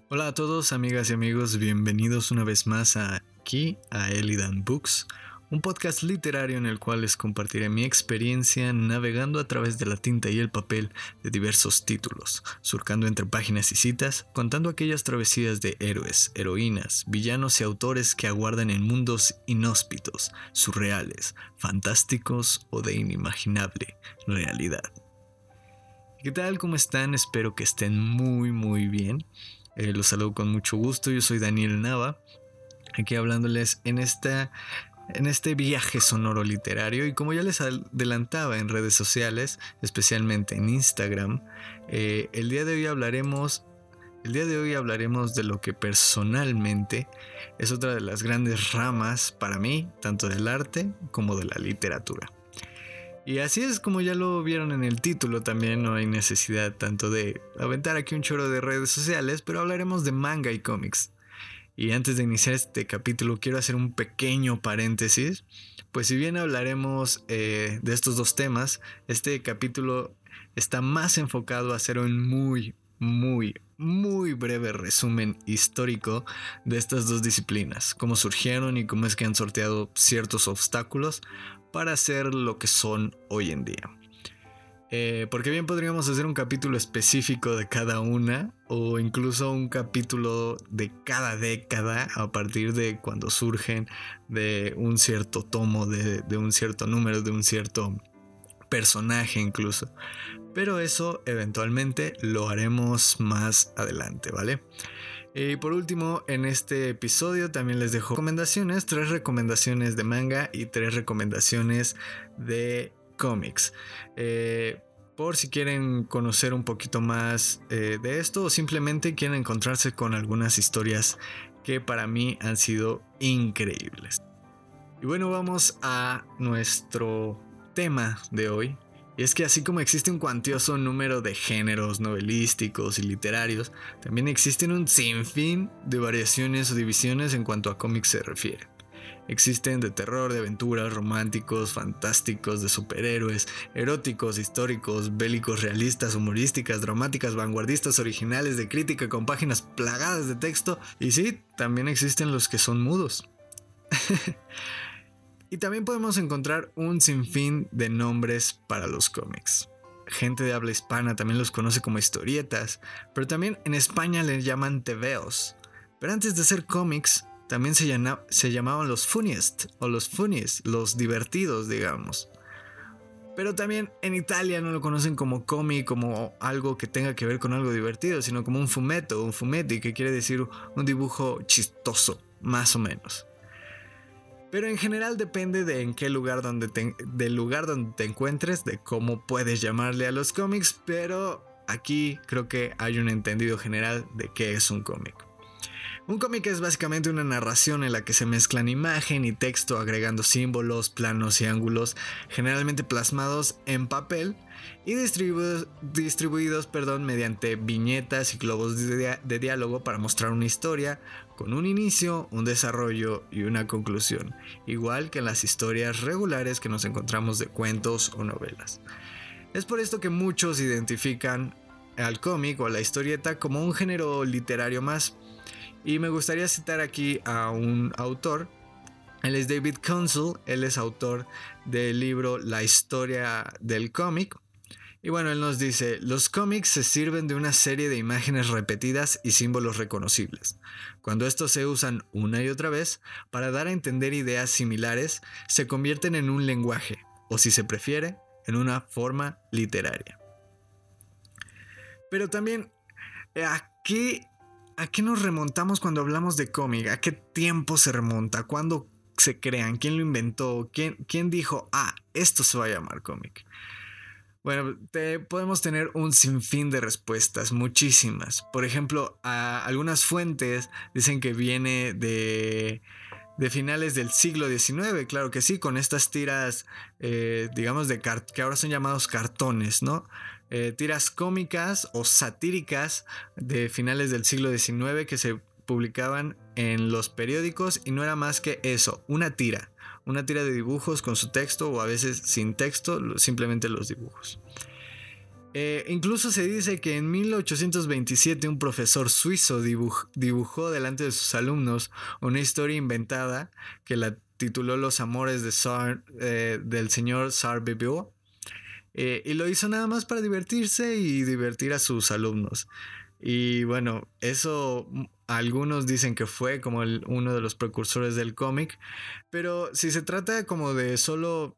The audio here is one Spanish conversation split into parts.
Hola a todos, amigas y amigos, bienvenidos una vez más aquí a Elidan Books, un podcast literario en el cual les compartiré mi experiencia navegando a través de la tinta y el papel de diversos títulos, surcando entre páginas y citas, contando aquellas travesías de héroes, heroínas, villanos y autores que aguardan en mundos inhóspitos, surreales, fantásticos o de inimaginable realidad. ¿Qué tal? ¿Cómo están? Espero que estén muy bien. Los saludo con mucho gusto. Yo soy Daniel Nava, aquí hablándoles en este viaje sonoro literario. Y como ya les adelantaba en redes sociales, especialmente en Instagram, el día de hoy hablaremos de lo que personalmente es otra de las grandes ramas para mí, tanto del arte como de la literatura. Y así es como ya lo vieron en el título, también no hay necesidad tanto de aventar aquí un chorro de redes sociales, pero hablaremos de manga y cómics. Y antes de iniciar este capítulo quiero hacer un pequeño paréntesis, pues si bien hablaremos de estos dos temas, este capítulo está más enfocado a hacer un muy breve resumen histórico de estas dos disciplinas, cómo surgieron y cómo es que han sorteado ciertos obstáculos para ser lo que son hoy en día. Porque bien podríamos hacer un capítulo específico de cada una o incluso un capítulo de cada década a partir de cuando surgen, de un cierto tomo, de un cierto número, de un cierto personaje incluso. Pero eso eventualmente lo haremos más adelante, ¿vale? Y por último, en este episodio también les dejo recomendaciones, 3 recomendaciones de manga y 3 recomendaciones de cómics. Por si quieren conocer un poquito más de esto o simplemente quieren encontrarse con algunas historias que para mí han sido increíbles. Y bueno, vamos a nuestro tema de hoy. Y es que así como existe un cuantioso número de géneros novelísticos y literarios, también existen un sinfín de variaciones o divisiones en cuanto a cómics se refiere. Existen de terror, de aventuras, románticos, fantásticos, de superhéroes, eróticos, históricos, bélicos, realistas, humorísticas, dramáticas, vanguardistas, originales, de crítica con páginas plagadas de texto. Y sí, también existen los que son mudos. Y también podemos encontrar un sinfín de nombres para los cómics. Gente de habla hispana también los conoce como historietas, pero también en España les llaman tebeos. Pero antes de ser cómics, también se llamaban los funniest o los funnies, los divertidos, digamos. Pero también en Italia no lo conocen como cómic, como algo que tenga que ver con algo divertido, sino como un fumetto, un fumetti, que quiere decir un dibujo chistoso, más o menos. Pero en general depende de en qué lugar del lugar donde te encuentres, de cómo puedes llamarle a los cómics, pero aquí creo que hay un entendido general de qué es un cómic. Un cómic es básicamente una narración en la que se mezclan imagen y texto agregando símbolos, planos y ángulos, generalmente plasmados en papel y distribuidos mediante viñetas y globos de diálogo para mostrar una historia con un inicio, un desarrollo y una conclusión, igual que en las historias regulares que nos encontramos de cuentos o novelas. Es por esto que muchos identifican al cómic o a la historieta como un género literario más. Y me gustaría citar aquí a un autor. Él es David Council, él es autor del libro La historia del cómic. Y bueno, él nos dice: los cómics se sirven de una serie de imágenes repetidas y símbolos reconocibles. Cuando estos se usan una y otra vez para dar a entender ideas similares, se convierten en un lenguaje, o si se prefiere, en una forma literaria. Pero también, ¿a qué nos remontamos cuando hablamos de cómic? ¿A qué tiempo se remonta? ¿Cuándo se crean? ¿Quién lo inventó? ¿Quién dijo, esto se va a llamar cómic? Bueno, podemos tener un sinfín de respuestas, muchísimas. Por ejemplo, algunas fuentes dicen que viene de finales del siglo XIX, claro que sí, con estas tiras, digamos, que ahora son llamados cartones, ¿no? Tiras cómicas o satíricas de finales del siglo XIX que se publicaban en los periódicos y no era más que eso, una tira de dibujos con su texto o a veces sin texto, simplemente los dibujos. Incluso se dice que en 1827 un profesor suizo dibujó delante de sus alumnos una historia inventada que la tituló Los amores del señor Sarrebeu. Y lo hizo nada más para divertirse y divertir a sus alumnos. Y bueno, eso algunos dicen que fue como uno de los precursores del cómic. Pero si se trata como de solo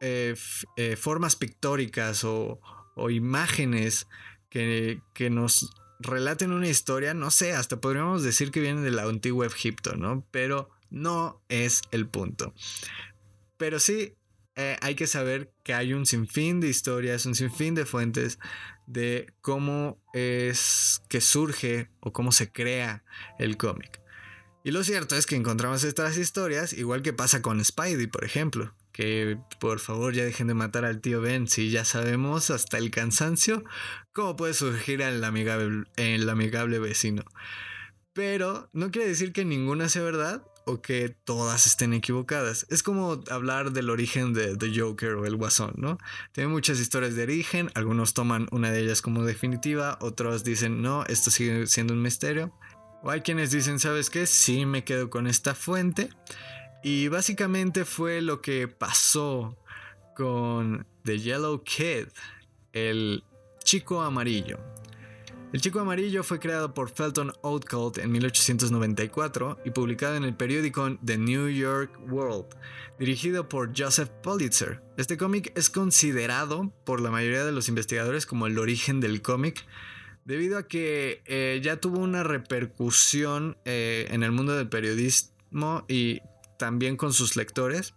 formas pictóricas o imágenes que nos relaten una historia, no sé, hasta podríamos decir que vienen del antiguo Egipto, ¿no? Pero no es el punto. Pero sí, hay que saber que hay un sinfín de historias, un sinfín de fuentes de cómo es que surge o cómo se crea el cómic. Y lo cierto es que encontramos estas historias, igual que pasa con Spidey, por ejemplo. Que por favor ya dejen de matar al tío Ben, si ya sabemos hasta el cansancio cómo puede surgir el amigable vecino. Pero no quiere decir que ninguna sea verdad o que todas estén equivocadas. Es como hablar del origen de The Joker o el Guasón, ¿no? Tiene muchas historias de origen, algunos toman una de ellas como definitiva, otros dicen no, esto sigue siendo un misterio. O hay quienes dicen, ¿sabes qué? Sí, me quedo con esta fuente. Y básicamente fue lo que pasó con The Yellow Kid, el chico amarillo. El chico amarillo fue creado por Felton Outcalt en 1894 y publicado en el periódico The New York World, dirigido por Joseph Pulitzer. Este cómic es considerado por la mayoría de los investigadores como el origen del cómic, debido a que ya tuvo una repercusión en el mundo del periodismo y también con sus lectores.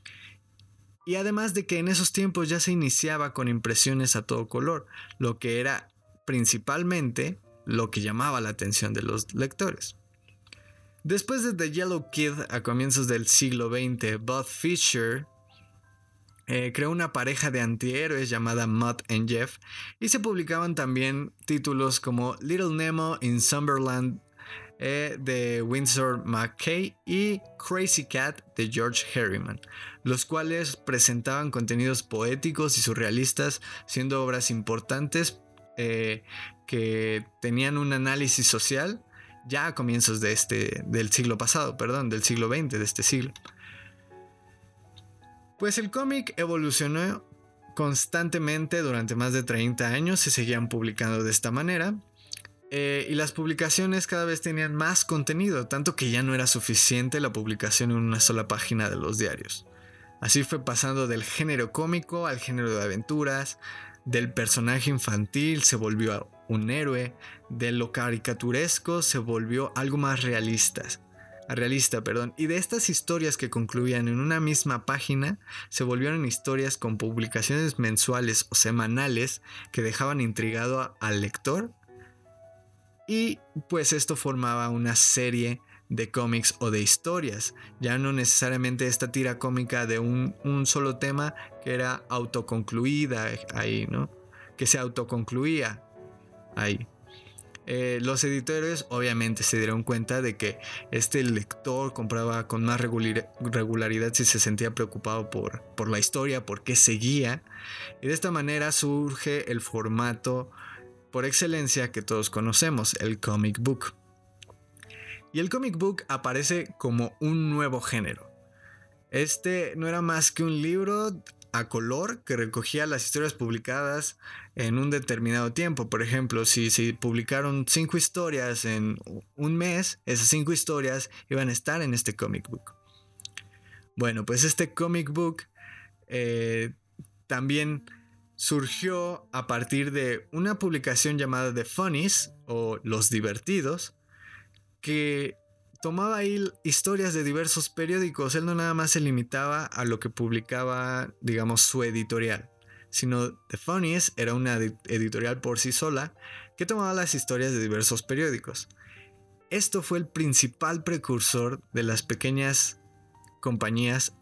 Y además de que en esos tiempos ya se iniciaba con impresiones a todo color, lo que era principalmente lo que llamaba la atención de los lectores. Después de The Yellow Kid, a comienzos del siglo XX, Bud Fisher creó una pareja de antihéroes llamada Mutt and Jeff, y se publicaban también títulos como Little Nemo in Summerland de Winsor McCay y Crazy Cat de George Herriman, los cuales presentaban contenidos poéticos y surrealistas, siendo obras importantes que tenían un análisis social ya a comienzos del siglo pasado, del siglo XX, de este siglo. Pues el cómic evolucionó constantemente durante más de 30 años, se seguían publicando de esta manera. Y las publicaciones cada vez tenían más contenido, tanto que ya no era suficiente la publicación en una sola página de los diarios. Así fue pasando del género cómico al género de aventuras, del personaje infantil se volvió un héroe, de lo caricaturesco se volvió algo más realista, y de estas historias que concluían en una misma página se volvieron historias con publicaciones mensuales o semanales que dejaban intrigado al lector. Y pues esto formaba una serie de cómics o de historias, ya no necesariamente esta tira cómica de un solo tema que era autoconcluida ahí, ¿no? Que se autoconcluía ahí. Los editores obviamente se dieron cuenta de que este lector compraba con más regularidad si se sentía preocupado por la historia, por qué seguía, y de esta manera surge el formato por excelencia que todos conocemos, el comic book. Y el comic book aparece como un nuevo género. Este no era más que un libro a color que recogía las historias publicadas en un determinado tiempo. Por ejemplo, si publicaron 5 historias en un mes, esas 5 historias iban a estar en este comic book. Bueno, pues este comic book también surgió a partir de una publicación llamada The Funnies o Los Divertidos, que tomaba ahí historias de diversos periódicos. Él no nada más se limitaba a lo que publicaba, digamos, su editorial, sino The Funnies era una editorial por sí sola que tomaba las historias de diversos periódicos. Esto fue el principal precursor de las pequeñas compañías,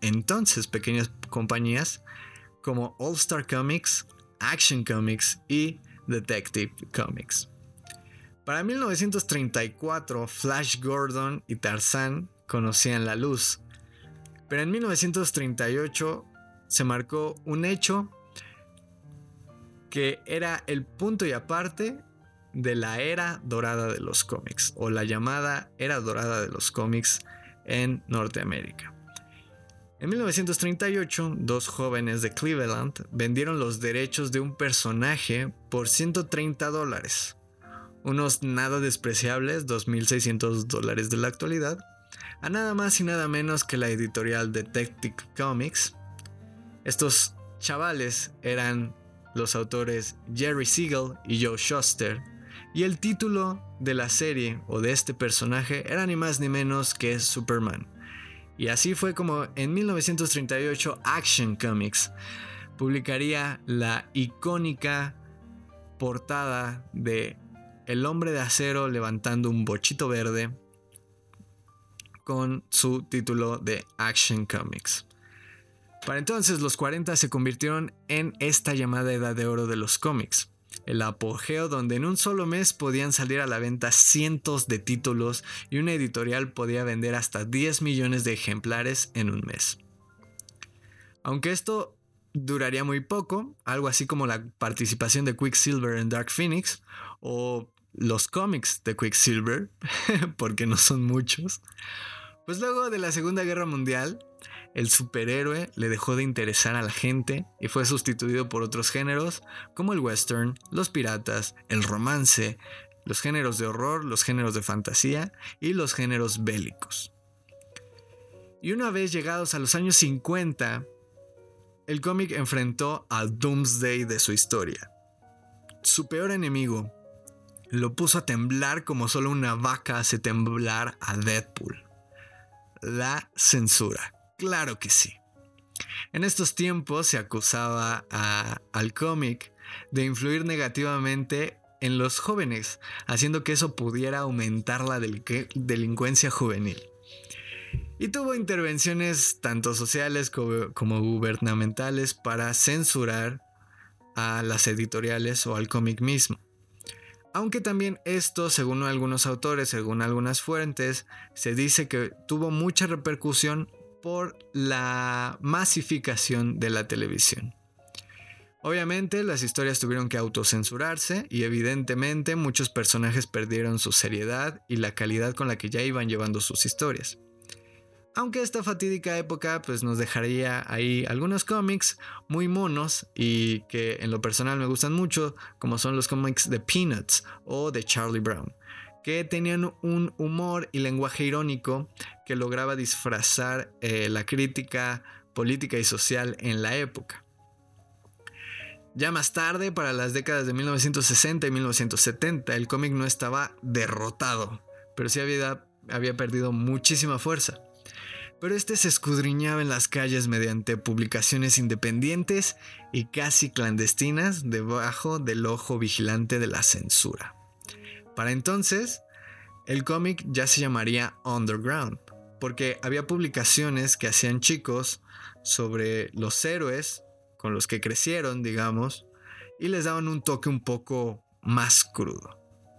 como All Star Comics, Action Comics y Detective Comics. Para 1934, Flash Gordon y Tarzán conocían la luz, pero en 1938 se marcó un hecho que era el punto y aparte de la era dorada de los cómics, o la llamada era dorada de los cómics en Norteamérica. En 1938, dos jóvenes de Cleveland vendieron los derechos de un personaje por $130, unos nada despreciables $2,600 de la actualidad, a nada más y nada menos que la editorial Detective Comics. Estos chavales eran los autores Jerry Siegel y Joe Shuster, y el título de la serie o de este personaje era ni más ni menos que Superman. Y así fue como en 1938 Action Comics publicaría la icónica portada de el hombre de acero levantando un bochito verde con su título de Action Comics. Para entonces los 40 se convirtieron en esta llamada edad de oro de los cómics, el apogeo donde en un solo mes podían salir a la venta cientos de títulos y una editorial podía vender hasta 10 millones de ejemplares en un mes. Aunque esto duraría muy poco, algo así como la participación de Quicksilver en Dark Phoenix o los cómics de Quicksilver, porque no son muchos, pues luego de la Segunda Guerra Mundial, el superhéroe le dejó de interesar a la gente y fue sustituido por otros géneros como el western, los piratas, el romance, los géneros de horror, los géneros de fantasía y los géneros bélicos. Y una vez llegados a los años 50, el cómic enfrentó al Doomsday de su historia. Su peor enemigo lo puso a temblar como solo una vaca hace temblar a Deadpool: la censura. Claro que sí. En estos tiempos se acusaba al cómic de influir negativamente en los jóvenes, haciendo que eso pudiera aumentar la delincuencia juvenil. Y tuvo intervenciones tanto sociales como gubernamentales para censurar a las editoriales o al cómic mismo. Aunque también esto, según algunos autores, según algunas fuentes, se dice que tuvo mucha repercusión por la masificación de la televisión. Obviamente las historias tuvieron que autocensurarse y evidentemente muchos personajes perdieron su seriedad y la calidad con la que ya iban llevando sus historias. Aunque esta fatídica época pues nos dejaría ahí algunos cómics muy monos y que en lo personal me gustan mucho, como son los cómics de Peanuts o de Charlie Brown, que tenían un humor y lenguaje irónico que lograba disfrazar la crítica política y social en la época. Ya más tarde, para las décadas de 1960 y 1970, el cómic no estaba derrotado, pero sí había perdido muchísima fuerza. Pero este se escudriñaba en las calles mediante publicaciones independientes y casi clandestinas debajo del ojo vigilante de la censura. Para entonces, el cómic ya se llamaría underground, porque había publicaciones que hacían chicos sobre los héroes con los que crecieron, digamos, y les daban un toque un poco más crudo.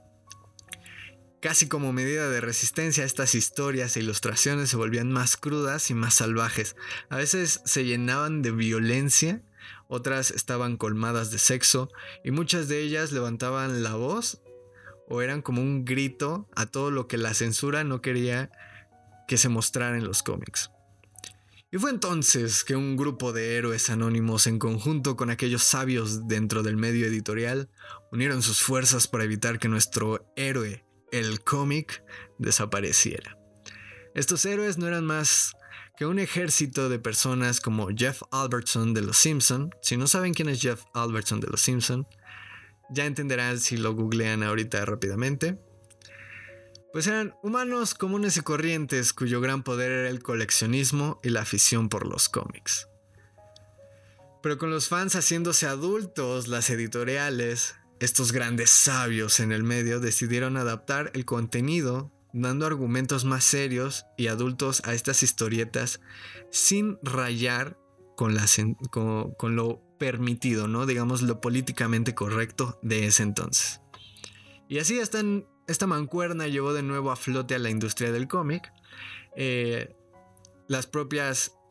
Casi como medida de resistencia, estas historias e ilustraciones se volvían más crudas y más salvajes. A veces se llenaban de violencia, otras estaban colmadas de sexo, y muchas de ellas levantaban la voz o eran como un grito a todo lo que la censura no quería que se mostrara en los cómics. Y fue entonces que un grupo de héroes anónimos, en conjunto con aquellos sabios dentro del medio editorial, unieron sus fuerzas para evitar que nuestro héroe, el cómic, desapareciera. Estos héroes no eran más que un ejército de personas como Jeff Albertson de Los Simpson. Si no saben quién es Jeff Albertson de Los Simpson, ya entenderán si lo googlean ahorita rápidamente. Pues eran humanos comunes y corrientes cuyo gran poder era el coleccionismo y la afición por los cómics. Pero con los fans haciéndose adultos, las editoriales, estos grandes sabios en el medio, decidieron adaptar el contenido, dando argumentos más serios y adultos a estas historietas sin rayar con lo permitido, ¿no? Digamos lo políticamente correcto de ese entonces. Y así esta mancuerna llevó de nuevo a flote a la industria del cómic. Las propias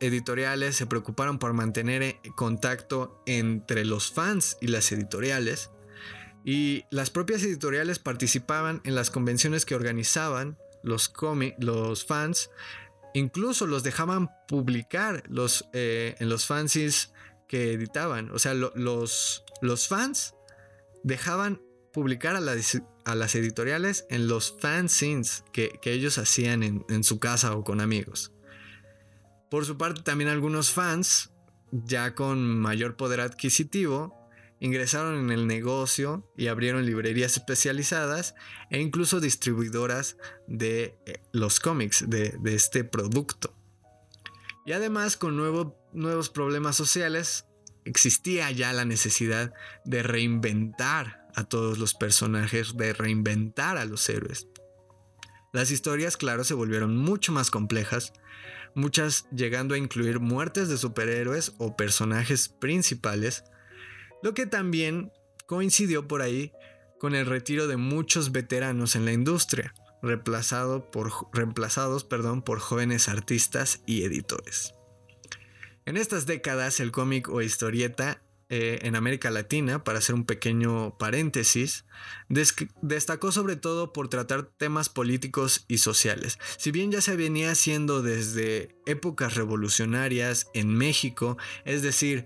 editoriales se preocuparon por mantener contacto entre los fans y las editoriales, y las propias editoriales participaban en las convenciones que organizaban los fans. Incluso los dejaban publicar en los fanzines que editaban. O sea, los fans dejaban publicar a las editoriales en los fanzines que ellos hacían en su casa o con amigos. Por su parte, también algunos fans, ya con mayor poder adquisitivo, ingresaron en el negocio y abrieron librerías especializadas e incluso distribuidoras de los cómics, de este producto. Y además, con nuevos problemas sociales, existía ya la necesidad de reinventar a todos los personajes, de reinventar a los héroes. Las historias, claro, se volvieron mucho más complejas, muchas llegando a incluir muertes de superhéroes o personajes principales, lo que también coincidió por ahí con el retiro de muchos veteranos en la industria, reemplazados por jóvenes artistas y editores. En estas décadas, el cómic o historieta en América Latina, para hacer un pequeño paréntesis, destacó sobre todo por tratar temas políticos y sociales. Si bien ya se venía haciendo desde épocas revolucionarias en México, es decir,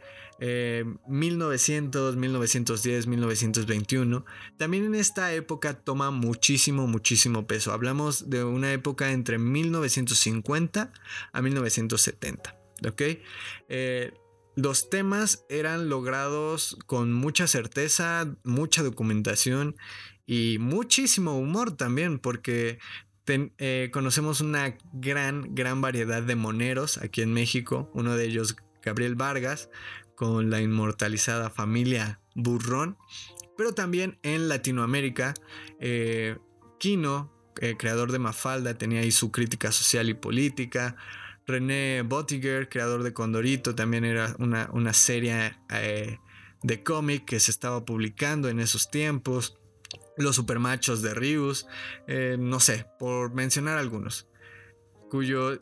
1900, 1910, 1921, también en esta época toma muchísimo peso. Hablamos de una época entre 1950 a 1970, ¿ok? Los temas eran logrados con mucha certeza, mucha documentación y muchísimo humor también, porque conocemos una gran variedad de moneros aquí en México. Uno de ellos, Gabriel Vargas, con la inmortalizada familia Burrón. Pero también en Latinoamérica, Quino, creador de Mafalda, tenía ahí su crítica social y política. René Bottiger, creador de Condorito, también era una serie de cómic que se estaba publicando en esos tiempos. Los Supermachos de Rius, no sé, por mencionar algunos, cuyos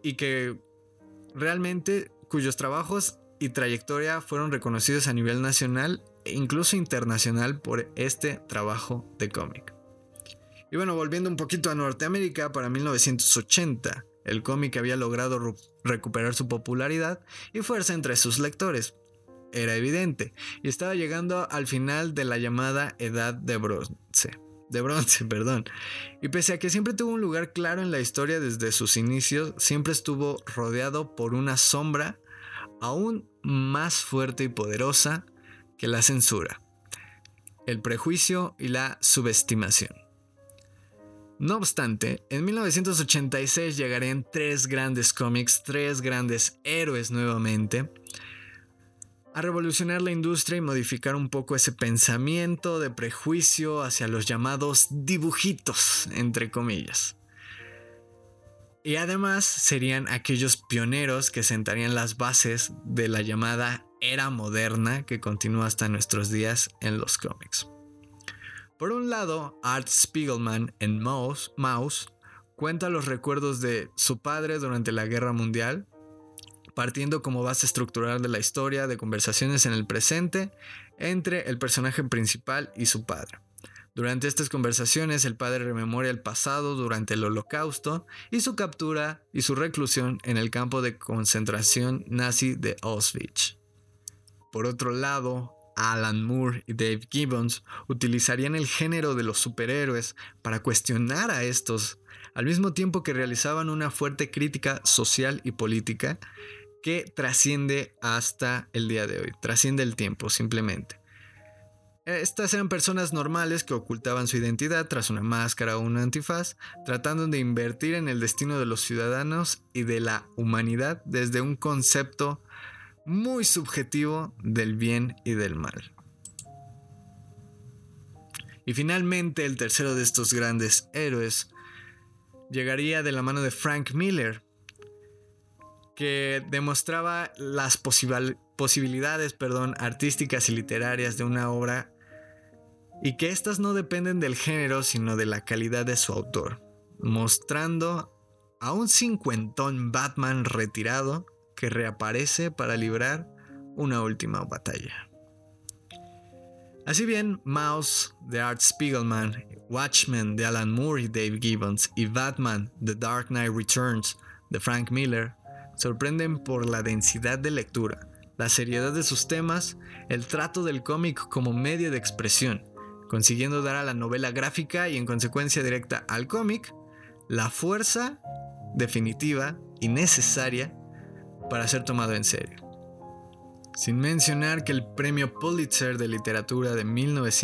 trabajos y trayectoria fueron reconocidos a nivel nacional e incluso internacional por este trabajo de cómic. Y bueno, volviendo un poquito a Norteamérica, para 1980, el cómic había logrado recuperar su popularidad y fuerza entre sus lectores. Era evidente, y estaba llegando al final de la llamada Edad de Bronce. Y pese a que siempre tuvo un lugar claro en la historia desde sus inicios, siempre estuvo rodeado por una sombra aún más fuerte y poderosa que la censura, el prejuicio y la subestimación. No obstante, en 1986 llegarían 3 grandes cómics, 3 grandes héroes nuevamente, a revolucionar la industria y modificar un poco ese pensamiento de prejuicio hacia los llamados dibujitos, entre comillas. Y además serían aquellos pioneros que sentarían las bases de la llamada era moderna que continúa hasta nuestros días en los cómics. Por un lado, Art Spiegelman en Maus cuenta los recuerdos de su padre durante la Guerra Mundial, partiendo como base estructural de la historia de conversaciones en el presente entre el personaje principal y su padre. Durante estas conversaciones, el padre rememora el pasado durante el Holocausto y su captura y su reclusión en el campo de concentración nazi de Auschwitz. Por otro lado, Alan Moore y Dave Gibbons utilizarían el género de los superhéroes para cuestionar a estos, al mismo tiempo que realizaban una fuerte crítica social y política que trasciende hasta el día de hoy, trasciende el tiempo simplemente. Estas eran personas normales que ocultaban su identidad tras una máscara o un antifaz, tratando de invertir en el destino de los ciudadanos y de la humanidad desde un concepto muy subjetivo del bien y del mal. Y finalmente, el tercero de estos grandes héroes llegaría de la mano de Frank Miller, que demostraba las posibilidades artísticas y literarias de una obra y que éstas no dependen del género sino de la calidad de su autor, mostrando a un cincuentón Batman retirado que reaparece para librar una última batalla. Así bien, Maus de Art Spiegelman, Watchmen de Alan Moore y Dave Gibbons y Batman The Dark Knight Returns de Frank Miller sorprenden por la densidad de lectura, la seriedad de sus temas, el trato del cómic como medio de expresión, consiguiendo dar a la novela gráfica y en consecuencia directa al cómic la fuerza definitiva y necesaria para ser tomado en serio. Sin mencionar que el premio Pulitzer de literatura de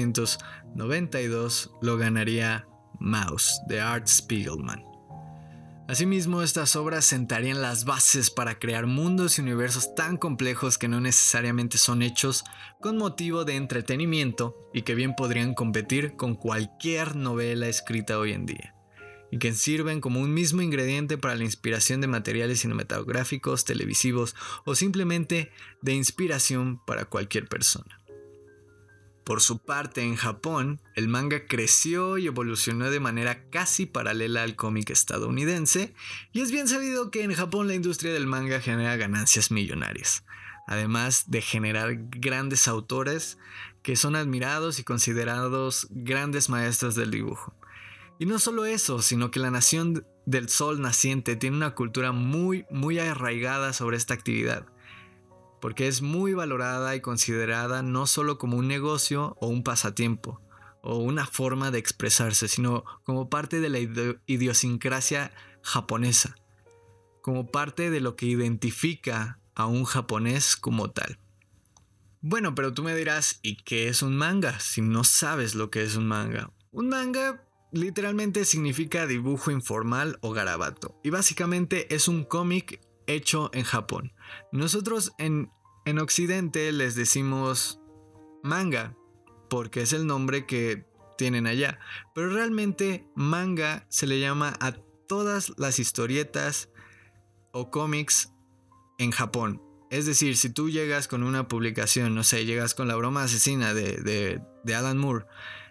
1992 lo ganaría Maus de Art Spiegelman. Asimismo, estas obras sentarían las bases para crear mundos y universos tan complejos que no necesariamente son hechos con motivo de entretenimiento y que bien podrían competir con cualquier novela escrita hoy en día, y que sirven como un mismo ingrediente para la inspiración de materiales cinematográficos, televisivos o simplemente de inspiración para cualquier persona. Por su parte, en Japón, el manga creció y evolucionó de manera casi paralela al cómic estadounidense, y es bien sabido que en Japón la industria del manga genera ganancias millonarias, además de generar grandes autores que son admirados y considerados grandes maestros del dibujo. Y no solo eso, sino que la nación del sol naciente tiene una cultura muy arraigada sobre esta actividad, porque es muy valorada y considerada no solo como un negocio o un pasatiempo o una forma de expresarse, sino como parte de la idiosincrasia japonesa, como parte de lo que identifica a un japonés como tal. Bueno, pero tú me dirás, ¿y qué es un manga? Si no sabes lo que es un manga. Un manga literalmente significa dibujo informal o garabato, y básicamente es un cómic hecho en Japón. Nosotros en Occidente les decimos manga porque es el nombre que tienen allá, pero realmente manga se le llama a todas las historietas o cómics en Japón. Es decir, si tú llegas con una publicación, no sé, llegas con La broma asesina de Alan Moore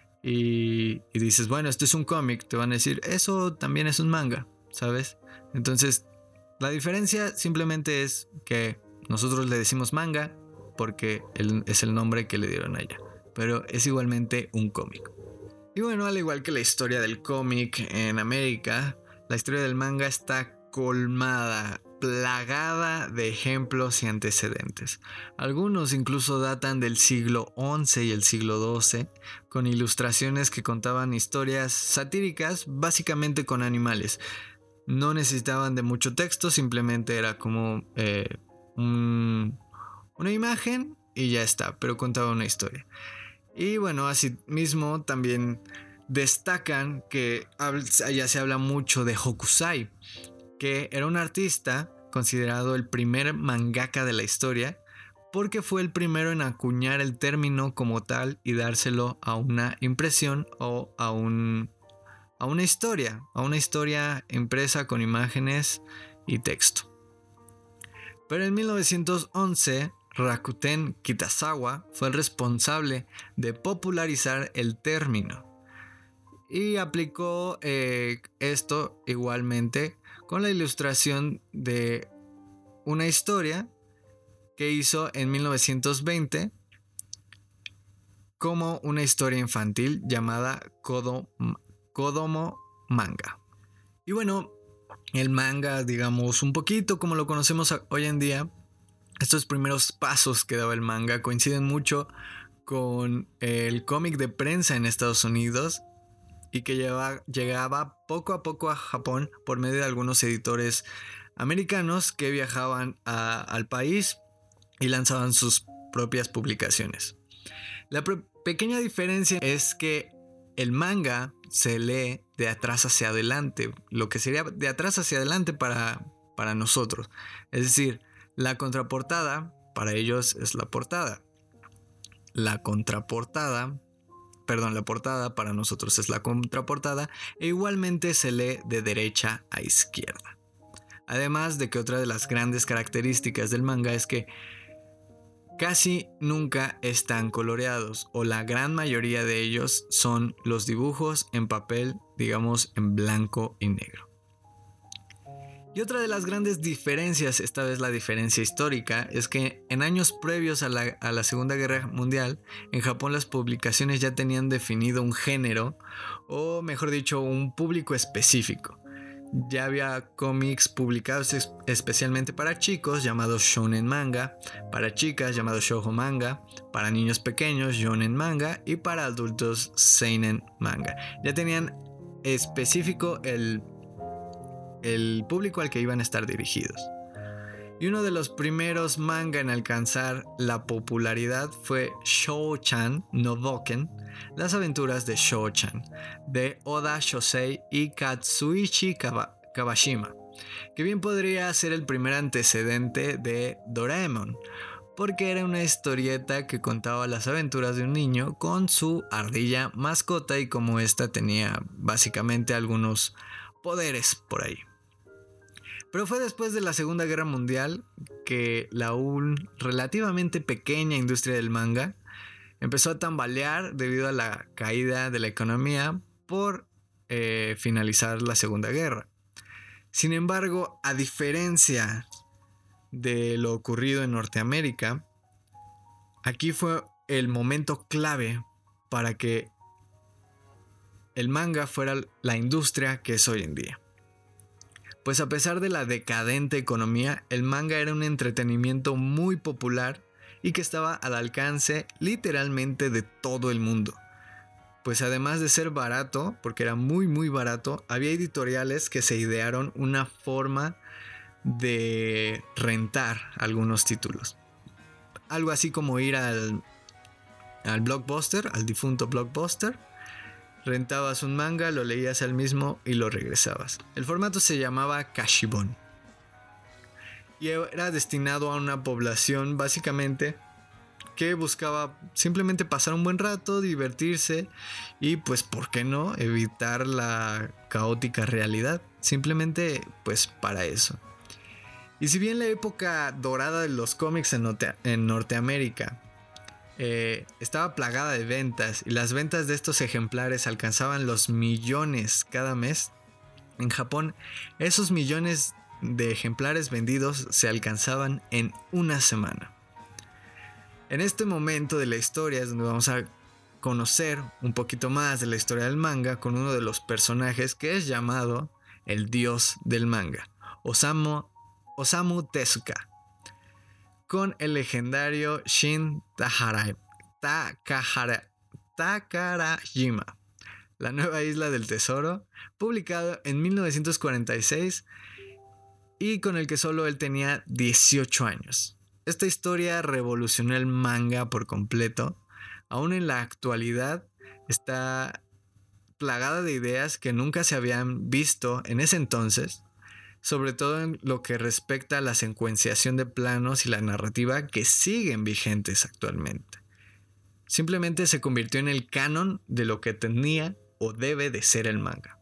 y dices, bueno, esto es un cómic, te van a decir, eso también es un manga, ¿sabes? Entonces, la diferencia simplemente es que nosotros le decimos manga porque es el nombre que le dieron allá, pero es igualmente un cómic. Y bueno, al igual que la historia del cómic en América, la historia del manga está colmada, plagada de ejemplos y antecedentes. Algunos incluso datan del siglo XI y el siglo XII, con ilustraciones que contaban historias satíricas, básicamente con animales. No necesitaban de mucho texto, simplemente era como una imagen y ya está, pero contaba una historia. Y bueno, asimismo también destacan que ya se habla mucho de Hokusai, que era un artista considerado el primer mangaka de la historia, porque fue el primero en acuñar el término como tal y dárselo a una impresión o a una historia impresa con imágenes y texto. Pero en 1911, Rakuten Kitazawa fue el responsable de popularizar el término y aplicó esto igualmente con la ilustración de una historia que hizo en 1920 como una historia infantil llamada Kodomo Manga. Y bueno, el manga, digamos, un poquito como lo conocemos hoy en día, estos primeros pasos que daba el manga coinciden mucho con el cómic de prensa en Estados Unidos y que llegaba poco a poco a Japón por medio de algunos editores americanos que viajaban al país y lanzaban sus propias publicaciones. La pequeña diferencia es que el manga se lee de atrás hacia adelante, lo que sería de atrás hacia adelante para nosotros. Es decir, la contraportada para ellos es la portada. La portada para nosotros es la contraportada, e igualmente se lee de derecha a izquierda. Además de que otra de las grandes características del manga es que casi nunca están coloreados, o la gran mayoría de ellos son los dibujos en papel, digamos en blanco y negro. Y otra de las grandes diferencias, esta vez la diferencia histórica, es que en años previos a la Segunda Guerra Mundial, en Japón las publicaciones ya tenían definido un género, o mejor dicho, un público específico. Ya había cómics publicados especialmente para chicos llamados shounen manga, para chicas llamados shoujo manga, para niños pequeños younen manga y para adultos seinen manga. Ya tenían específico el público al que iban a estar dirigidos. Y uno de los primeros manga en alcanzar la popularidad fue Shou-chan no Boken, las aventuras de Shou-chan, de Oda Shosei y Katsuichi Kawashima, que bien podría ser el primer antecedente de Doraemon, porque era una historieta que contaba las aventuras de un niño con su ardilla mascota y como esta tenía básicamente algunos poderes por ahí. Pero fue después de la Segunda Guerra Mundial que la aún relativamente pequeña industria del manga empezó a tambalear debido a la caída de la economía por finalizar la Segunda Guerra. Sin embargo, a diferencia de lo ocurrido en Norteamérica, aquí fue el momento clave para que el manga fuera la industria que es hoy en día. Pues a pesar de la decadente economía, el manga era un entretenimiento muy popular y que estaba al alcance literalmente de todo el mundo. Pues además de ser barato, porque era muy muy barato, había editoriales que se idearon una forma de rentar algunos títulos. Algo así como ir al Blockbuster, al difunto Blockbuster. Rentabas un manga, lo leías al mismo y lo regresabas. El formato se llamaba Kashibon. Y era destinado a una población básicamente que buscaba simplemente pasar un buen rato, divertirse y pues, ¿por qué no?, evitar la caótica realidad. Simplemente pues para eso. Y si bien la época dorada de los cómics en Norteamérica estaba plagada de ventas y las ventas de estos ejemplares alcanzaban los millones cada mes, en Japón esos millones de ejemplares vendidos se alcanzaban en una semana. En este momento de la historia es donde vamos a conocer un poquito más de la historia del manga con uno de los personajes que es llamado el dios del manga, Osamu Tezuka, con el legendario Shin Takarajima, La Nueva Isla del Tesoro, publicado en 1946 y con el que solo él tenía 18 años. Esta historia revolucionó el manga por completo. Aún en la actualidad está plagada de ideas que nunca se habían visto en ese entonces, sobre todo en lo que respecta a la secuenciación de planos y la narrativa que siguen vigentes actualmente. Simplemente se convirtió en el canon de lo que tenía o debe de ser el manga.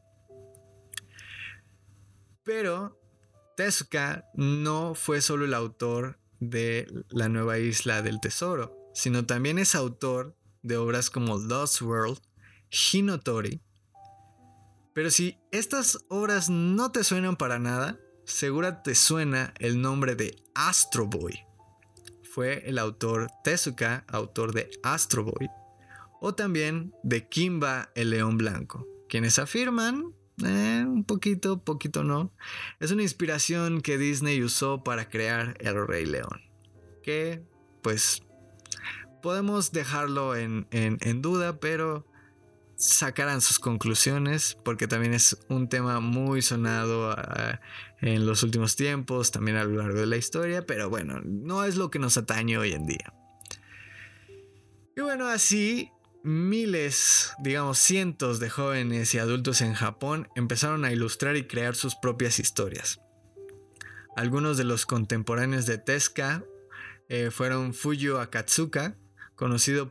Pero Tezuka no fue solo el autor de La Nueva Isla del Tesoro, sino también es autor de obras como Lost World, Hinotori. Pero si estas obras no te suenan para nada, segura te suena el nombre de Astro Boy. Fue el autor Tezuka, autor de Astro Boy, o también de Kimba el León Blanco, quienes afirman, un poquito no, es una inspiración que Disney usó para crear El Rey León, que pues podemos dejarlo en duda, pero sacarán sus conclusiones porque también es un tema muy sonado en los últimos tiempos, también a lo largo de la historia, pero bueno, no es lo que nos atañe hoy en día. Y bueno, así miles, digamos cientos de jóvenes y adultos en Japón empezaron a ilustrar y crear sus propias historias. Algunos de los contemporáneos de Tezuka fueron Fuyuo Akatsuka, conocido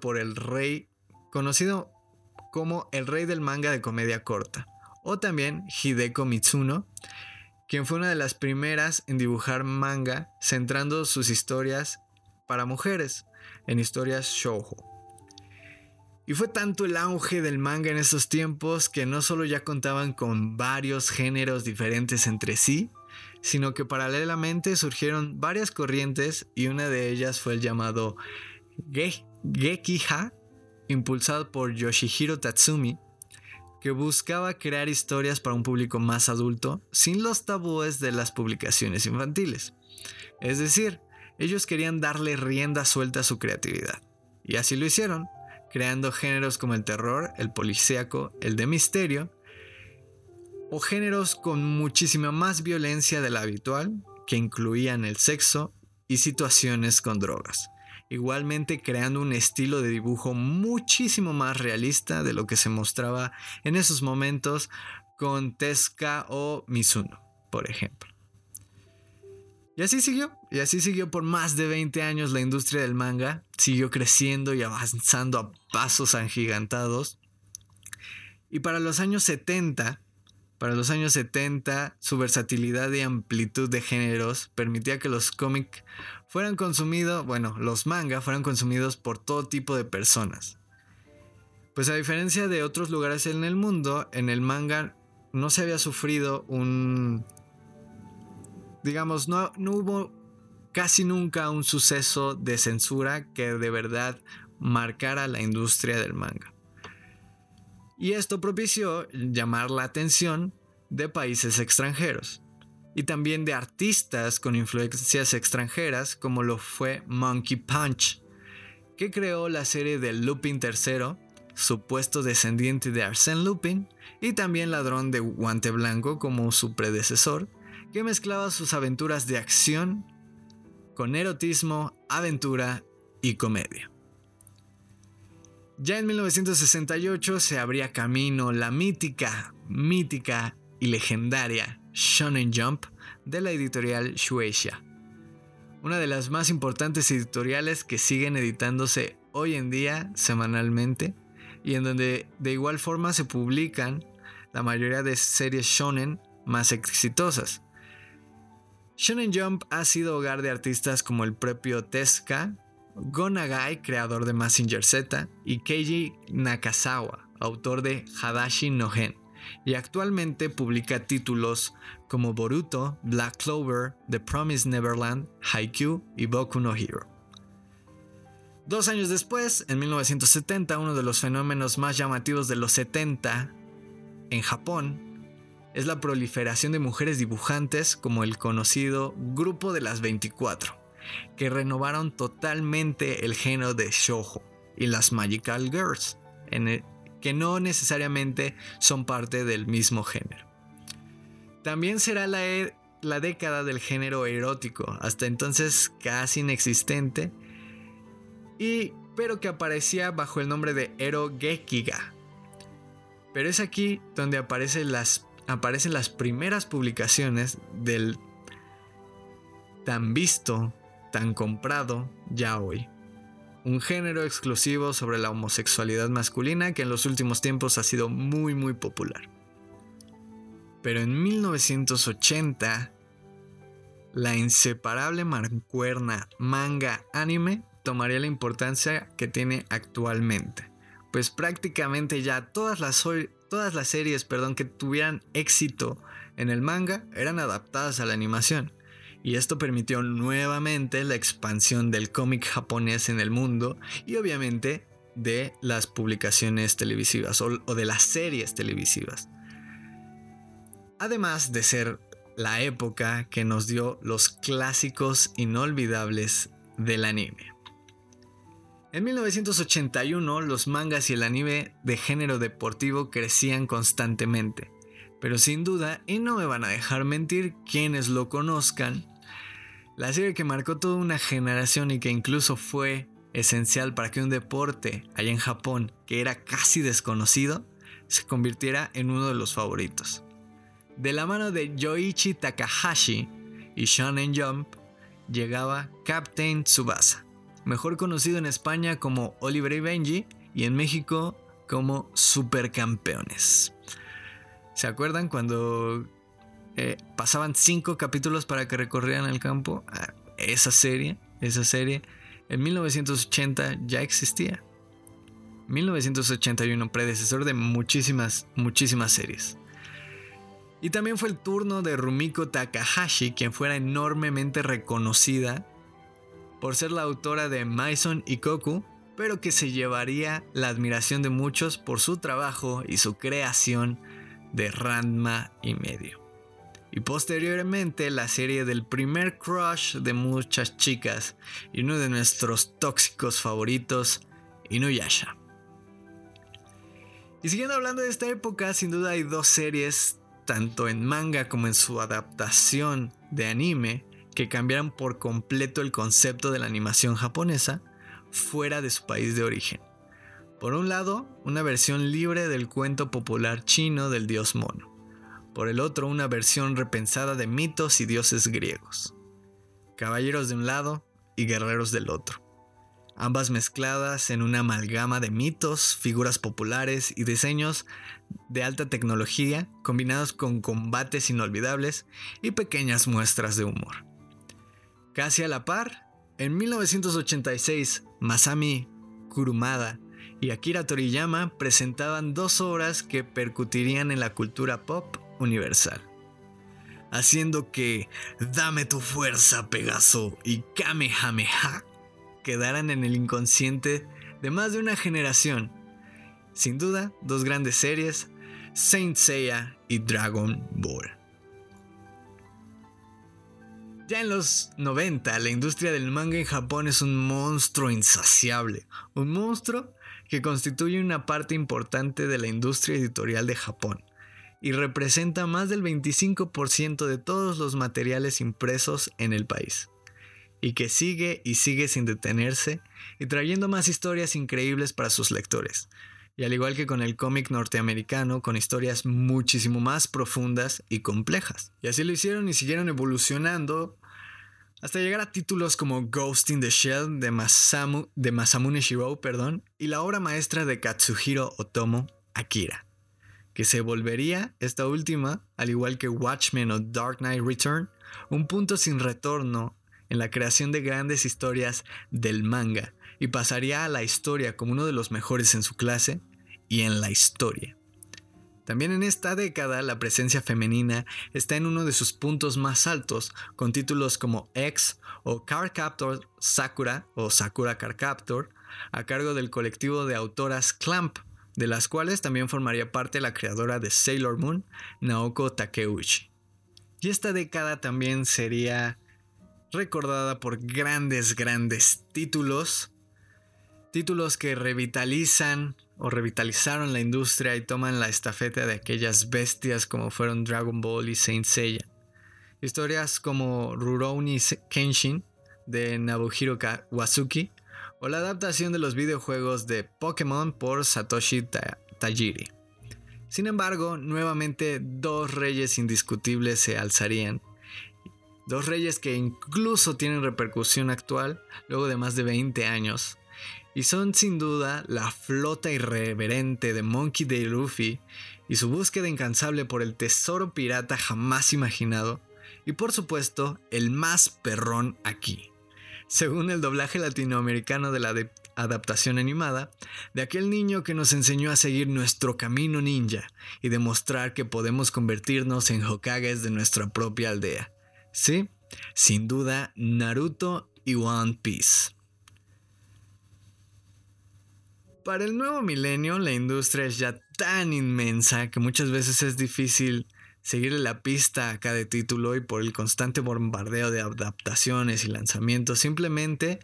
como el rey del manga de comedia corta, o también Hideko Mitsuno, quien fue una de las primeras en dibujar manga centrando sus historias para mujeres en historias shoujo. Y fue tanto el auge del manga en esos tiempos que no solo ya contaban con varios géneros diferentes entre sí, sino que paralelamente surgieron varias corrientes y una de ellas fue el llamado Gekiha, impulsado por Yoshihiro Tatsumi, que buscaba crear historias para un público más adulto sin los tabúes de las publicaciones infantiles. Es decir, ellos querían darle rienda suelta a su creatividad. Y así lo hicieron, creando géneros como el terror, el policíaco, el de misterio, o géneros con muchísima más violencia de la habitual, que incluían el sexo y situaciones con drogas. Igualmente creando un estilo de dibujo muchísimo más realista de lo que se mostraba en esos momentos con Tezuka o Mizuno, por ejemplo. Y así siguió por más de 20 años la industria del manga, siguió creciendo y avanzando a pasos agigantados. Y para los años 70, su versatilidad y amplitud de géneros permitía que los cómics los manga fueran consumidos por todo tipo de personas. Pues a diferencia de otros lugares en el mundo, en el manga no se había sufrido no hubo casi nunca un suceso de censura que de verdad marcara la industria del manga. Y esto propició llamar la atención de países extranjeros y también de artistas con influencias extranjeras, como lo fue Monkey Punch, que creó la serie de Lupin III, supuesto descendiente de Arsène Lupin, y también Ladrón de Guante Blanco como su predecesor, que mezclaba sus aventuras de acción con erotismo, aventura y comedia. Ya en 1968 se abría camino la mítica y legendaria Shonen Jump de la editorial Shueisha, una de las más importantes editoriales que siguen editándose hoy en día semanalmente y en donde de igual forma se publican la mayoría de series shonen más exitosas. Shonen Jump ha sido hogar de artistas como el propio Tezuka, Go Nagai, creador de Mazinger Z, y Keiji Nakazawa, autor de Hadashi no Gen, y actualmente publica títulos como Boruto, Black Clover, The Promised Neverland, Haikyuu y Boku no Hero. 2 años después, en 1970, uno de los fenómenos más llamativos de los 70 en Japón es la proliferación de mujeres dibujantes como el conocido Grupo de las 24, que renovaron totalmente el género de shoujo y las Magical Girls, que no necesariamente son parte del mismo género. También será la década del género erótico, hasta entonces casi inexistente, pero que aparecía bajo el nombre de Ero Gekiga. Pero es aquí donde aparecen las primeras publicaciones del tan visto, tan comprado yaoi, un género exclusivo sobre la homosexualidad masculina que en los últimos tiempos ha sido muy muy popular. Pero en 1980, la inseparable mancuerna manga-anime tomaría la importancia que tiene actualmente, pues prácticamente ya todas las series que tuvieran éxito en el manga eran adaptadas a la animación. Y esto permitió nuevamente la expansión del cómic japonés en el mundo y obviamente de las publicaciones televisivas o de las series televisivas. Además de ser la época que nos dio los clásicos inolvidables del anime. En 1981 los mangas y el anime de género deportivo crecían constantemente, pero sin duda, y no me van a dejar mentir quienes lo conozcan, la serie que marcó toda una generación y que incluso fue esencial para que un deporte allá en Japón, que era casi desconocido, se convirtiera en uno de los favoritos. De la mano de Yoichi Takahashi y Shonen Jump llegaba Captain Tsubasa, mejor conocido en España como Oliver y Benji y en México como Supercampeones. ¿Se acuerdan cuando pasaban 5 capítulos para que recorrieran el campo? Esa serie en 1980 ya existía. 1981, predecesor de muchísimas series. Y también fue el turno de Rumiko Takahashi, quien fuera enormemente reconocida por ser la autora de Maison Ikkoku, pero que se llevaría la admiración de muchos por su trabajo y su creación de Ranma y medio. Y posteriormente la serie del primer crush de muchas chicas y uno de nuestros tóxicos favoritos, Inuyasha. Y siguiendo hablando de esta época, sin duda hay dos series, tanto en manga como en su adaptación de anime, que cambiaron por completo el concepto de la animación japonesa fuera de su país de origen. Por un lado, una versión libre del cuento popular chino del dios mono. Por el otro, una versión repensada de mitos y dioses griegos. Caballeros de un lado y guerreros del otro. Ambas mezcladas en una amalgama de mitos, figuras populares y diseños de alta tecnología, combinados con combates inolvidables y pequeñas muestras de humor. Casi a la par, en 1986, Masami Kurumada y Akira Toriyama presentaban dos obras que percutirían en la cultura pop universal, haciendo que Dame tu fuerza, Pegaso y Kamehameha quedaran en el inconsciente de más de una generación. Sin duda, dos grandes series, Saint Seiya y Dragon Ball. Ya en los 90, la industria del manga en Japón es un monstruo insaciable, un monstruo que constituye una parte importante de la industria editorial de Japón y representa más del 25% de todos los materiales impresos en el país, y que sigue y sigue sin detenerse y trayendo más historias increíbles para sus lectores. Y al igual que con el cómic norteamericano, con historias muchísimo más profundas y complejas. Y así lo hicieron y siguieron evolucionando hasta llegar a títulos como Ghost in the Shell de Masamune Shirow, y la obra maestra de Katsuhiro Otomo, Akira, que se volvería esta última, al igual que Watchmen o Dark Knight Return, un punto sin retorno en la creación de grandes historias del manga, y pasaría a la historia como uno de los mejores en su clase y en la historia. También en esta década la presencia femenina está en uno de sus puntos más altos, con títulos como X o Cardcaptor Sakura o Sakura Cardcaptor, a cargo del colectivo de autoras Clamp, de las cuales también formaría parte la creadora de Sailor Moon, Naoko Takeuchi. Y esta década también sería recordada por grandes títulos que revitalizaron la industria y toman la estafeta de aquellas bestias como fueron Dragon Ball y Saint Seiya. Historias como Rurouni Kenshin de Nobuhiro Wazuki o la adaptación de los videojuegos de Pokémon por Satoshi Tajiri. Sin embargo, nuevamente dos reyes indiscutibles se alzarían. Dos reyes que incluso tienen repercusión actual luego de más de 20 años. Y son sin duda la flota irreverente de Monkey D. Luffy y su búsqueda incansable por el tesoro pirata jamás imaginado. Y por supuesto, el más perrón aquí, según el doblaje latinoamericano de la adaptación animada, de aquel niño que nos enseñó a seguir nuestro camino ninja y demostrar que podemos convertirnos en Hokages de nuestra propia aldea. Sí, sin duda, Naruto y One Piece. Para el nuevo milenio, la industria es ya tan inmensa que muchas veces es difícil seguirle la pista a cada título, y por el constante bombardeo de adaptaciones y lanzamientos simplemente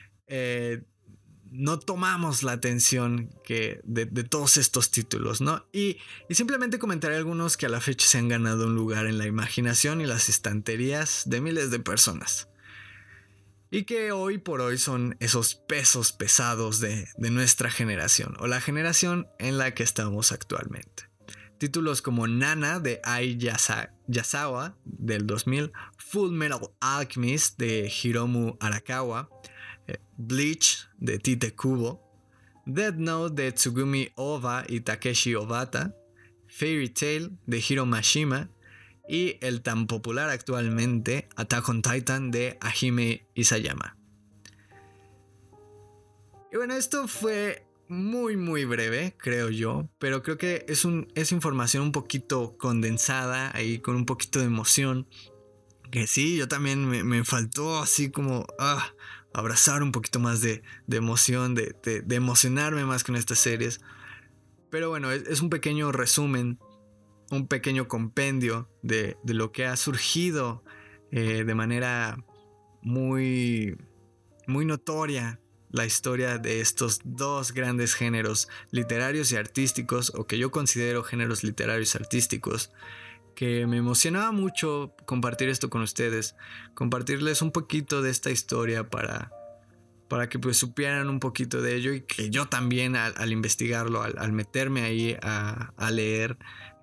no tomamos la atención de todos estos títulos, ¿no? Y simplemente comentaré algunos que a la fecha se han ganado un lugar en la imaginación y las estanterías de miles de personas, y que hoy por hoy son esos pesos pesados de nuestra generación, o la generación en la que estamos actualmente. Títulos como Nana de Ai Yasawa del 2000, Full Metal Alchemist de Hiromu Arakawa, Bleach de Tite Kubo, Death Note de Tsugumi Ohba y Takeshi Obata, Fairy Tail de Hiro Mashima, y el tan popular actualmente Attack on Titan de Hajime Isayama. Y bueno, esto fue muy muy breve, creo yo, pero creo que es información un poquito condensada, ahí con un poquito de emoción, que sí, yo también me faltó así como abrazar un poquito más de emoción, de emocionarme más con estas series. Pero bueno, es un pequeño resumen, un pequeño compendio de lo que ha surgido de manera muy, muy notoria la historia de estos dos grandes géneros literarios y artísticos, o que yo considero géneros literarios y artísticos, que me emocionaba mucho compartir esto con ustedes, compartirles un poquito de esta historia para que pues supieran un poquito de ello, y que yo también al investigarlo, al meterme ahí a leer,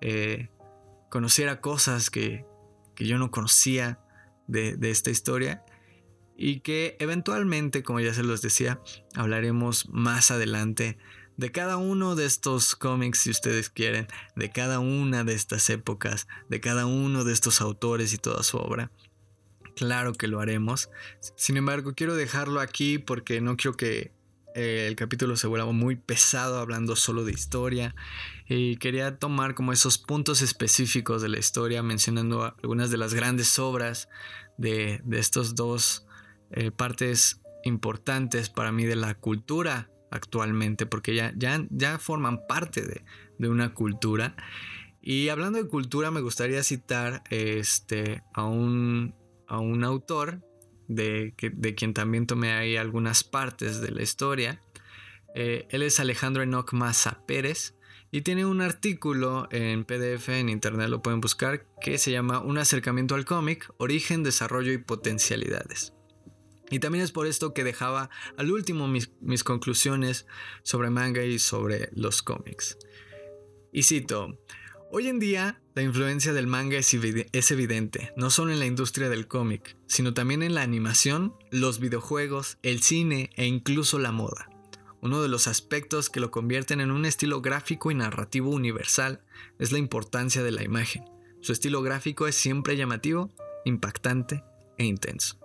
conociera cosas que yo no conocía de esta historia, y que eventualmente, como ya se los decía, hablaremos más adelante de cada uno de estos cómics, si ustedes quieren, de cada una de estas épocas, de cada uno de estos autores y toda su obra. Claro que lo haremos. Sin embargo, quiero dejarlo aquí porque no quiero que el capítulo se vuelva muy pesado hablando solo de historia, y quería tomar como esos puntos específicos de la historia, mencionando algunas de las grandes obras de estos dos partes importantes para mí de la cultura actualmente, porque ya forman parte de una cultura. Y hablando de cultura, me gustaría citar a un autor de quien también tomé ahí algunas partes de la historia. Él es Alejandro Enoch Maza Pérez, y tiene un artículo en PDF, en internet lo pueden buscar, que se llama Un acercamiento al cómic, origen, desarrollo y potencialidades. Y también es por esto que dejaba al último mis conclusiones sobre manga y sobre los cómics. Y cito: hoy en día, la influencia del manga es evidente, no solo en la industria del cómic, sino también en la animación, los videojuegos, el cine e incluso la moda. Uno de los aspectos que lo convierten en un estilo gráfico y narrativo universal es la importancia de la imagen. Su estilo gráfico es siempre llamativo, impactante e intenso.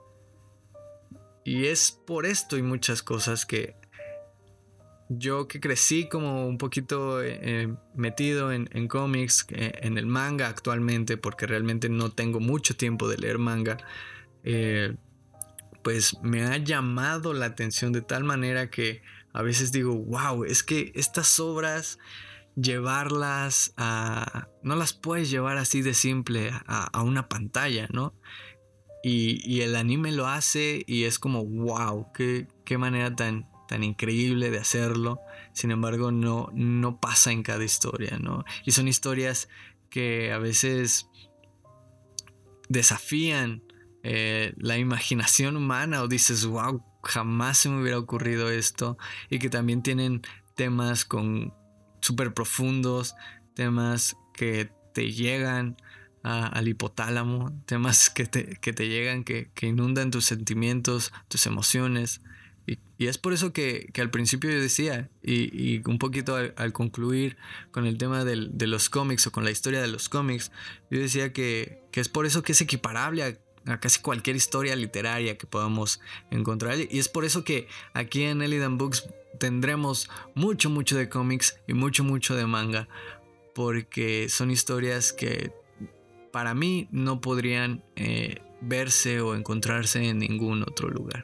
Y es por esto y muchas cosas que yo, que crecí como un poquito metido en cómics, en el manga actualmente, porque realmente no tengo mucho tiempo de leer manga, pues me ha llamado la atención de tal manera que a veces digo, wow, es que estas obras, llevarlas no las puedes llevar así de simple a una pantalla, ¿no? Y el anime lo hace, y es como wow, qué manera tan increíble de hacerlo. Sin embargo, no pasa en cada historia, ¿no? Y son historias que a veces desafían la imaginación humana, o dices, wow, jamás se me hubiera ocurrido esto. Y que también tienen temas súper profundos, temas que te llegan al hipotálamo, temas que te llegan, que inundan tus sentimientos, tus emociones. Y es por eso que al principio yo decía, y un poquito al concluir con el tema de los cómics, o con la historia de los cómics, yo decía que es por eso que es equiparable a casi cualquier historia literaria que podamos encontrar. Y es por eso que aquí en Elidan Books tendremos mucho de cómics y mucho de manga, porque son historias que para mí no podrían verse o encontrarse en ningún otro lugar.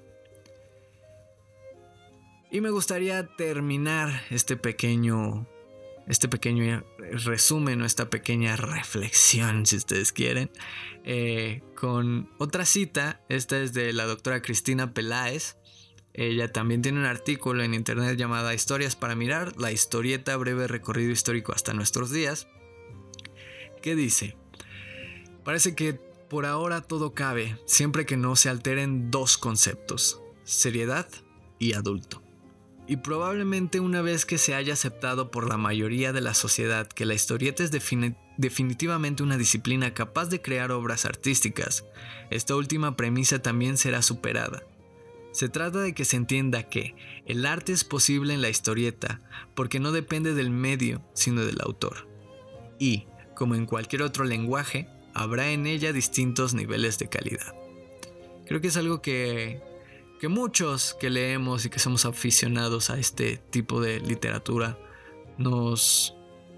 Y me gustaría terminar este pequeño resumen, o esta pequeña reflexión, si ustedes quieren, con otra cita. Esta es de la doctora Cristina Peláez. Ella también tiene un artículo en internet llamado Historias para mirar, la historieta, breve recorrido histórico hasta nuestros días, que dice: parece que por ahora todo cabe, siempre que no se alteren dos conceptos: seriedad y adulto. Y probablemente una vez que se haya aceptado por la mayoría de la sociedad que la historieta es definitivamente una disciplina capaz de crear obras artísticas, esta última premisa también será superada. Se trata de que se entienda que el arte es posible en la historieta porque no depende del medio, sino del autor. Y, como en cualquier otro lenguaje, habrá en ella distintos niveles de calidad. Creo que es algo que que muchos que leemos y que somos aficionados a este tipo de literatura nos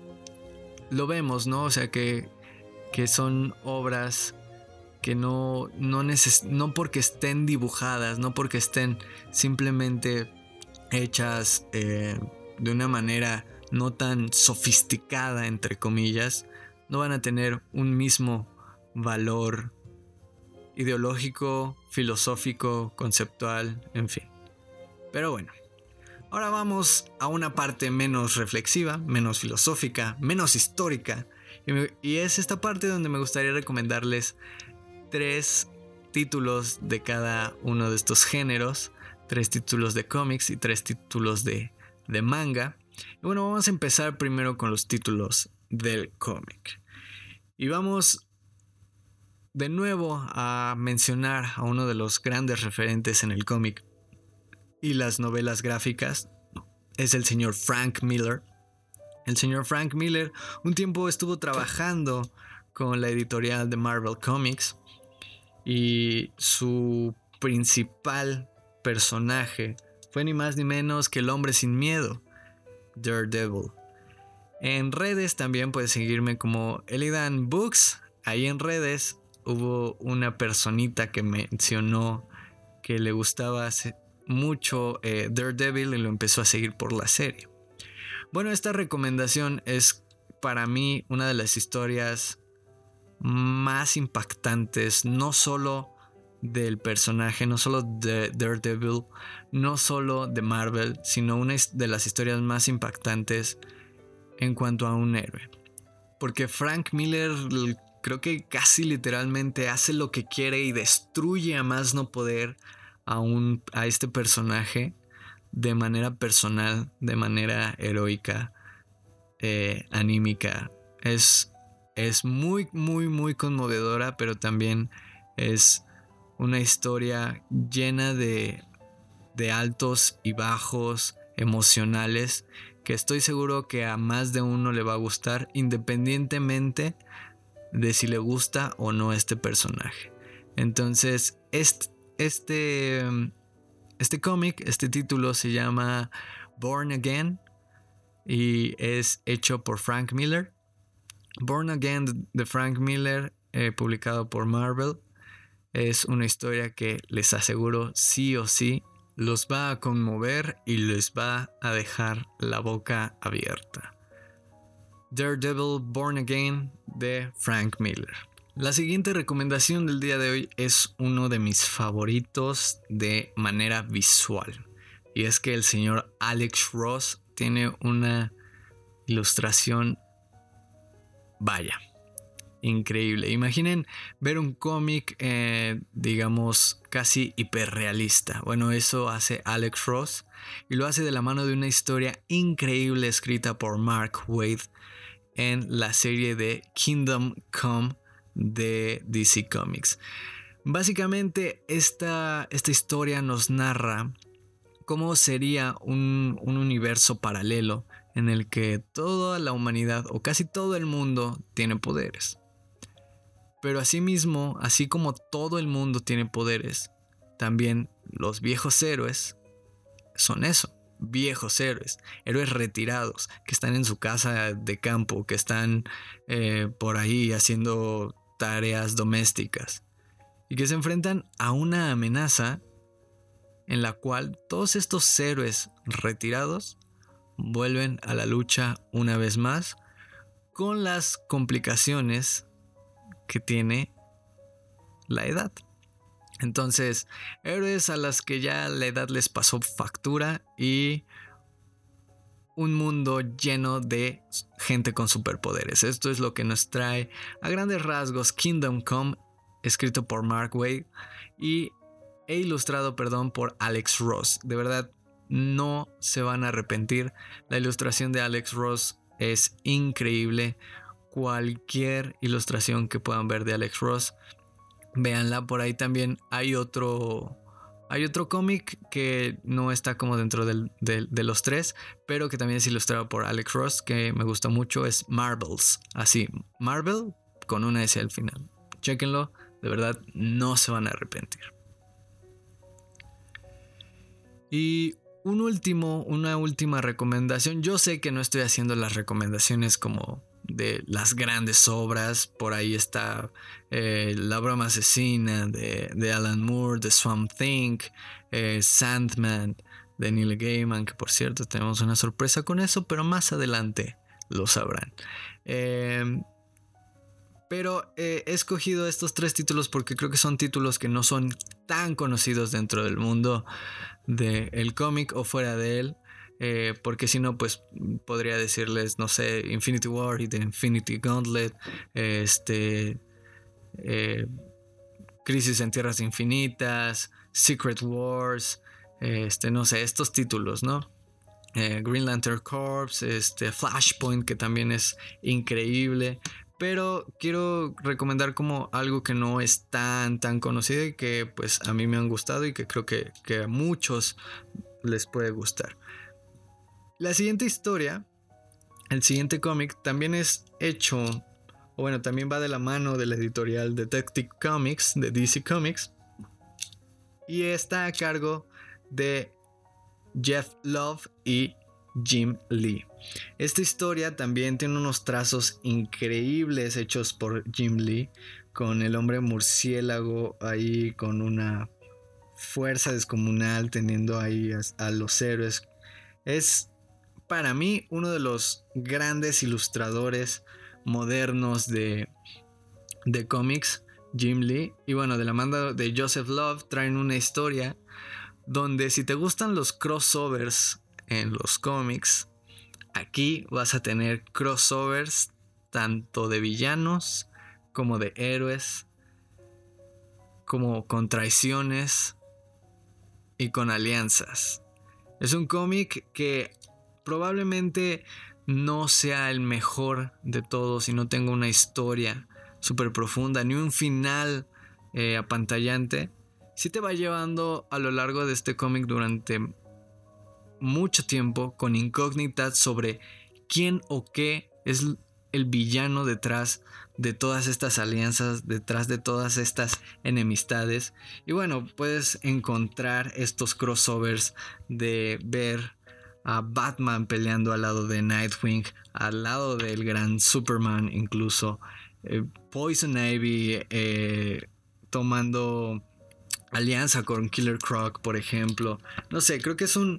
lo vemos, ¿no? O sea, que son obras que no porque estén dibujadas, no porque estén simplemente hechas de una manera no tan sofisticada, entre comillas, no van a tener un mismo valor ideológico, filosófico, conceptual, en fin. Pero bueno, ahora vamos a una parte menos reflexiva, menos filosófica, menos histórica. Y es esta parte donde me gustaría recomendarles 3 títulos de cada uno de estos géneros, 3 títulos de cómics y 3 títulos de manga. Y bueno, vamos a empezar primero con los títulos del cómic. Y vamos de nuevo a mencionar a uno de los grandes referentes en el cómic y las novelas gráficas. Es el señor Frank Miller. El señor Frank Miller un tiempo estuvo trabajando con la editorial de Marvel Comics y su principal personaje fue ni más ni menos que el hombre sin miedo, Daredevil. En redes también puedes seguirme como Elidan Books. Ahí en redes hubo una personita que mencionó que le gustaba mucho Daredevil y lo empezó a seguir por la serie. Bueno, esta recomendación es para mí una de las historias más impactantes, no solo del personaje, no solo de Daredevil, no solo de Marvel, sino una de las historias más impactantes en cuanto a un héroe. Porque Frank Miller creo que casi literalmente hace lo que quiere y destruye a más no poder a este personaje de manera personal, de manera heroica, anímica. Es muy, muy, muy conmovedora, pero también es una historia llena de altos y bajos emocionales que estoy seguro que a más de uno le va a gustar, independientemente de si le gusta o no este personaje. Entonces, este cómic, este título se llama Born Again y es hecho por Frank Miller. Born Again de Frank Miller, publicado por Marvel, es una historia que les aseguro sí o sí los va a conmover y les va a dejar la boca abierta. Daredevil Born Again de Frank Miller. La siguiente recomendación del día de hoy es uno de mis favoritos de manera visual. Y es que el señor Alex Ross tiene una ilustración, vaya, increíble. Imaginen ver un cómic, digamos, casi hiperrealista. Bueno, eso hace Alex Ross y lo hace de la mano de una historia increíble escrita por Mark Waid en la serie de Kingdom Come de DC Comics. Básicamente esta historia nos narra cómo sería un universo paralelo en el que toda la humanidad o casi todo el mundo tiene poderes. Pero asimismo, así como todo el mundo tiene poderes, también los viejos héroes son eso. Viejos héroes retirados que están en su casa de campo, que están por ahí haciendo tareas domésticas y que se enfrentan a una amenaza en la cual todos estos héroes retirados vuelven a la lucha una vez más con las complicaciones que tiene la edad. Entonces, héroes a las que ya la edad les pasó factura y un mundo lleno de gente con superpoderes. Esto es lo que nos trae a grandes rasgos Kingdom Come, escrito por Mark Waid e ilustrado, por Alex Ross. De verdad, no se van a arrepentir. La ilustración de Alex Ross es increíble. Cualquier ilustración que puedan ver de Alex Ross, véanla. Por ahí también hay otro cómic que no está como dentro de los 3, pero que también es ilustrado por Alex Ross, que me gustó mucho. Es Marvels, así, Marvel con una S al final. Chéquenlo, de verdad no se van a arrepentir. Y una última recomendación. Yo sé que no estoy haciendo las recomendaciones como de las grandes obras. Por ahí está La broma asesina de Alan Moore, The Swamp Thing, Sandman de Neil Gaiman, que por cierto tenemos una sorpresa con eso, pero más adelante lo sabrán. Pero he escogido estos 3 títulos porque creo que son títulos que no son tan conocidos dentro del mundo del cómic o fuera de él. Porque si no, pues podría decirles, no sé, Infinity War y The Infinity Gauntlet, Crisis en Tierras Infinitas, Secret Wars, no sé, estos títulos, ¿no? Green Lantern Corps, Flashpoint, que también es increíble. Pero quiero recomendar como algo que no es tan conocido y que pues a mí me han gustado y que creo que a muchos les puede gustar. La siguiente historia, el siguiente cómic, también es hecho, o bueno, también va de la mano de la editorial Detective Comics de DC Comics y está a cargo de Jeff Love y Jim Lee. Esta historia también tiene unos trazos increíbles hechos por Jim Lee, con el hombre murciélago ahí con una fuerza descomunal, teniendo ahí a los héroes. Es para mí uno de los grandes ilustradores modernos de cómics, Jim Lee. Y bueno, de la mano de Joseph Love traen una historia donde si te gustan los crossovers en los cómics, aquí vas a tener crossovers tanto de villanos como de héroes, como con traiciones y con alianzas. Es un cómic que probablemente no sea el mejor de todos y no tenga una historia súper profunda ni un final apantallante. Sí te va llevando a lo largo de este cómic durante mucho tiempo con incógnitas sobre quién o qué es el villano detrás de todas estas alianzas, detrás de todas estas enemistades. Y bueno, puedes encontrar estos crossovers de ver a Batman peleando al lado de Nightwing, al lado del gran Superman incluso, Poison Ivy tomando alianza con Killer Croc, por ejemplo. No sé, creo que es un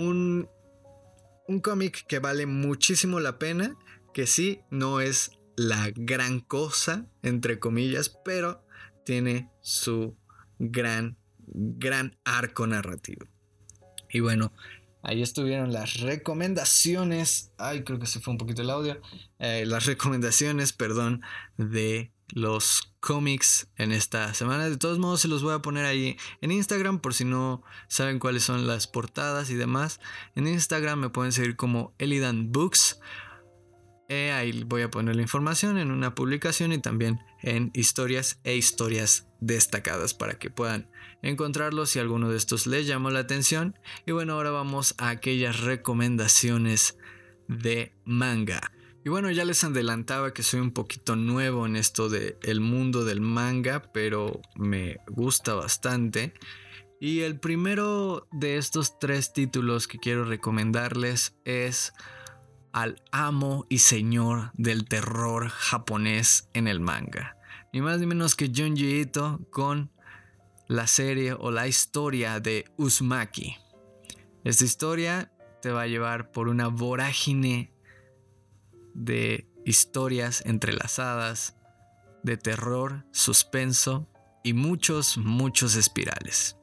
cómic que vale muchísimo la pena, que sí, no es la gran cosa, entre comillas, pero tiene su gran arco narrativo. Y bueno, ahí estuvieron las recomendaciones. Ay, creo que se fue un poquito el audio. Las recomendaciones, perdón, de los cómics en esta semana. De todos modos, se los voy a poner ahí en Instagram por si no saben cuáles son las portadas y demás. En Instagram me pueden seguir como Elidan Books. Ahí voy a poner la información en una publicación y también en historias e historias destacadas para que puedan encontrarlos si alguno de estos les llamó la atención. Y bueno, ahora vamos a aquellas recomendaciones de manga. Y bueno, ya les adelantaba que soy un poquito nuevo en esto del mundo del manga, pero me gusta bastante. Y el primero de estos 3 títulos que quiero recomendarles es al amo y señor del terror japonés en el manga, ni más ni menos que Junji Ito con la serie o la historia de Uzumaki. Esta historia te va a llevar por una vorágine de historias entrelazadas, de terror, suspenso y muchos espirales.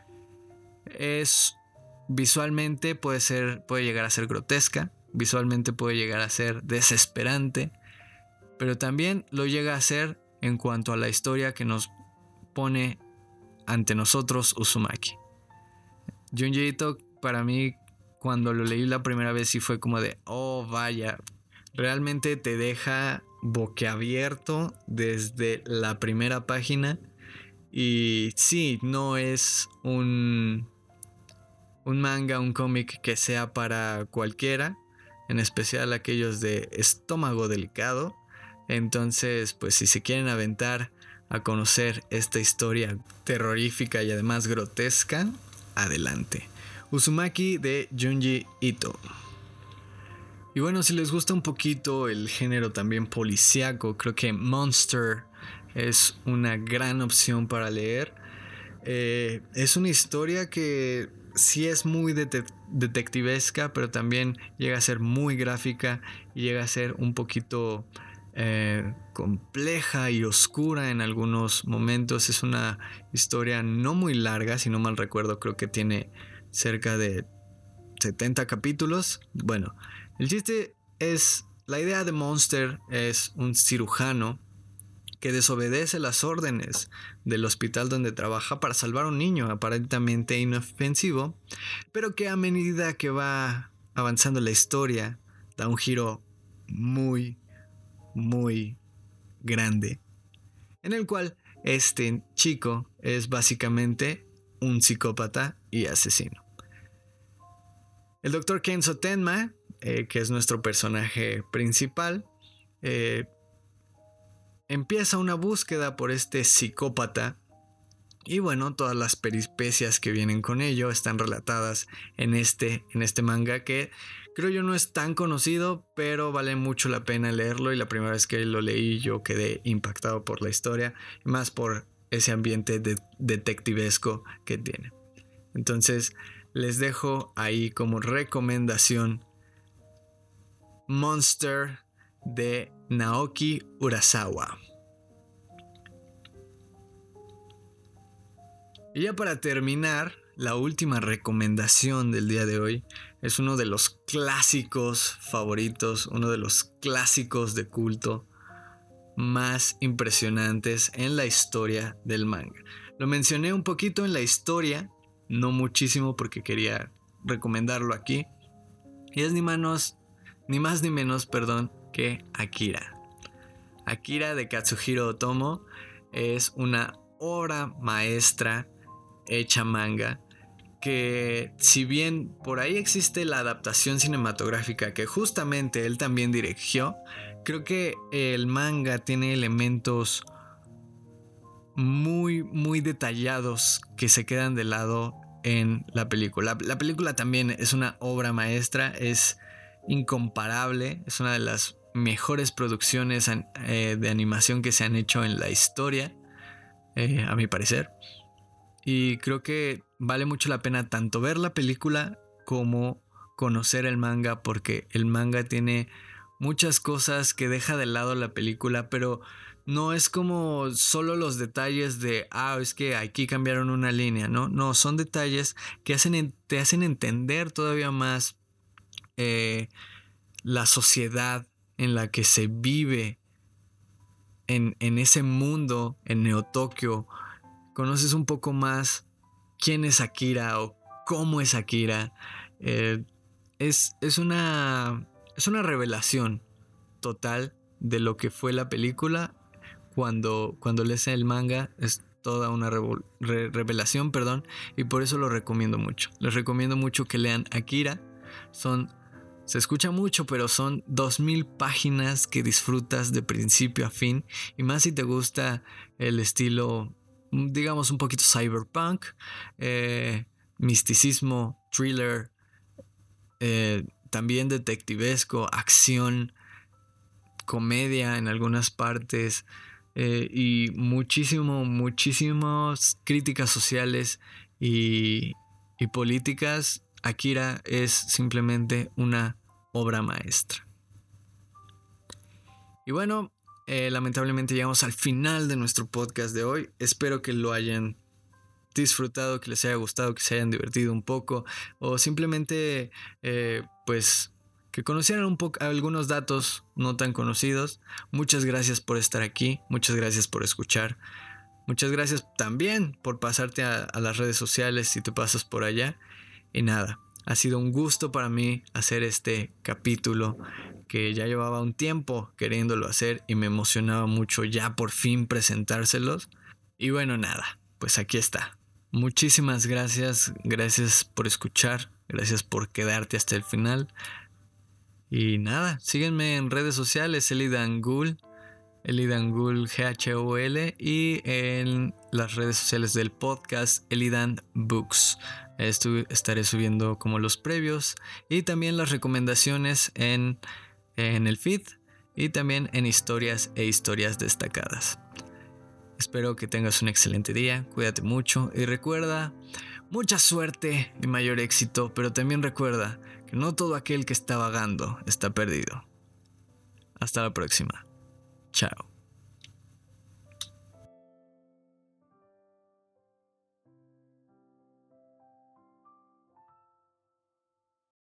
Visualmente puede llegar a ser grotesca, visualmente puede llegar a ser desesperante, pero también lo llega a ser en cuanto a la historia que nos pone ante nosotros Uzumaki. Junji Ito, para mí, cuando lo leí la primera vez sí fue como de, oh vaya, realmente te deja boquiabierto desde la primera página. Y sí, no es un manga, un cómic que sea para cualquiera, en especial aquellos de estómago delicado. Entonces, pues si se quieren aventar a conocer esta historia terrorífica y además grotesca, adelante. Uzumaki de Junji Ito. Y bueno, si les gusta un poquito el género también policíaco, creo que Monster es una gran opción para leer. Es una historia que sí es muy detectivesca, pero también llega a ser muy gráfica y llega a ser un poquito compleja y oscura en algunos momentos. Es una historia no muy larga, si no mal recuerdo, creo que tiene cerca de 70 capítulos. Bueno, el chiste es, la idea de Monster es un cirujano que desobedece las órdenes del hospital donde trabaja para salvar a un niño aparentemente inofensivo, pero que a medida que va avanzando la historia da un giro muy, muy grande, en el cual este chico es básicamente un psicópata y asesino. El Dr. Kenzo Tenma, que es nuestro personaje principal, empieza una búsqueda por este psicópata. Y bueno, todas las peripecias que vienen con ello están relatadas en este manga, que creo yo no es tan conocido, pero vale mucho la pena leerlo. Y la primera vez que lo leí yo quedé impactado por la historia, y más por ese ambiente detectivesco que tiene. Entonces les dejo ahí como recomendación Monster de Naoki Urasawa. Y ya para terminar, la última recomendación del día de hoy es uno de los clásicos favoritos, uno de los clásicos de culto más impresionantes en la historia del manga. Lo mencioné un poquito en la historia, no muchísimo porque quería recomendarlo aquí. Y es ni más ni menos, que Akira. Akira de Katsuhiro Otomo es una obra maestra hecha manga, que si bien por ahí existe la adaptación cinematográfica que justamente él también dirigió, creo que el manga tiene elementos muy, muy detallados que se quedan de lado en la película. La película también es una obra maestra, es incomparable, es una de las mejores producciones de animación que se han hecho en la historia, a mi parecer. Y creo que vale mucho la pena tanto ver la película como conocer el manga, porque el manga tiene muchas cosas que deja de lado la película, pero no es como solo los detalles de, es que aquí cambiaron una línea, ¿no? No, son detalles que te hacen entender todavía más la sociedad en la que se vive en ese mundo, en Neo Tokio. Conoces un poco más quién es Akira o cómo es Akira. Es una revelación total de lo que fue la película. Cuando lees el manga es toda una revelación, y por eso lo recomiendo mucho. Les recomiendo mucho que lean Akira. Se escucha mucho, pero son 2000 páginas que disfrutas de principio a fin, y más si te gusta el estilo, digamos, un poquito cyberpunk, misticismo, thriller, también detectivesco, acción, comedia en algunas partes, y muchísimas críticas sociales y políticas. Akira es simplemente una obra maestra. Y bueno, lamentablemente llegamos al final de nuestro podcast de hoy. Espero que lo hayan disfrutado, que les haya gustado, que se hayan divertido un poco, o simplemente pues que conocieran un poco algunos datos no tan conocidos. Muchas gracias por estar aquí, muchas gracias por escuchar, muchas gracias también por pasarte a las redes sociales si te pasas por allá. Y nada, ha sido un gusto para mí hacer este capítulo, que ya llevaba un tiempo queriéndolo hacer y me emocionaba mucho ya por fin presentárselos. Y bueno, nada, pues aquí está. Muchísimas gracias por escuchar, gracias por quedarte hasta el final. Y nada, síguenme en redes sociales, Elidangul, Elidan Ghoul, GHOL, y en las redes sociales del podcast Elidan Books. Estaré subiendo como los previos y también las recomendaciones en el feed y también en historias e historias destacadas. Espero que tengas un excelente día, cuídate mucho y recuerda, mucha suerte y mayor éxito, pero también recuerda que no todo aquel que está vagando está perdido. Hasta la próxima. Chao.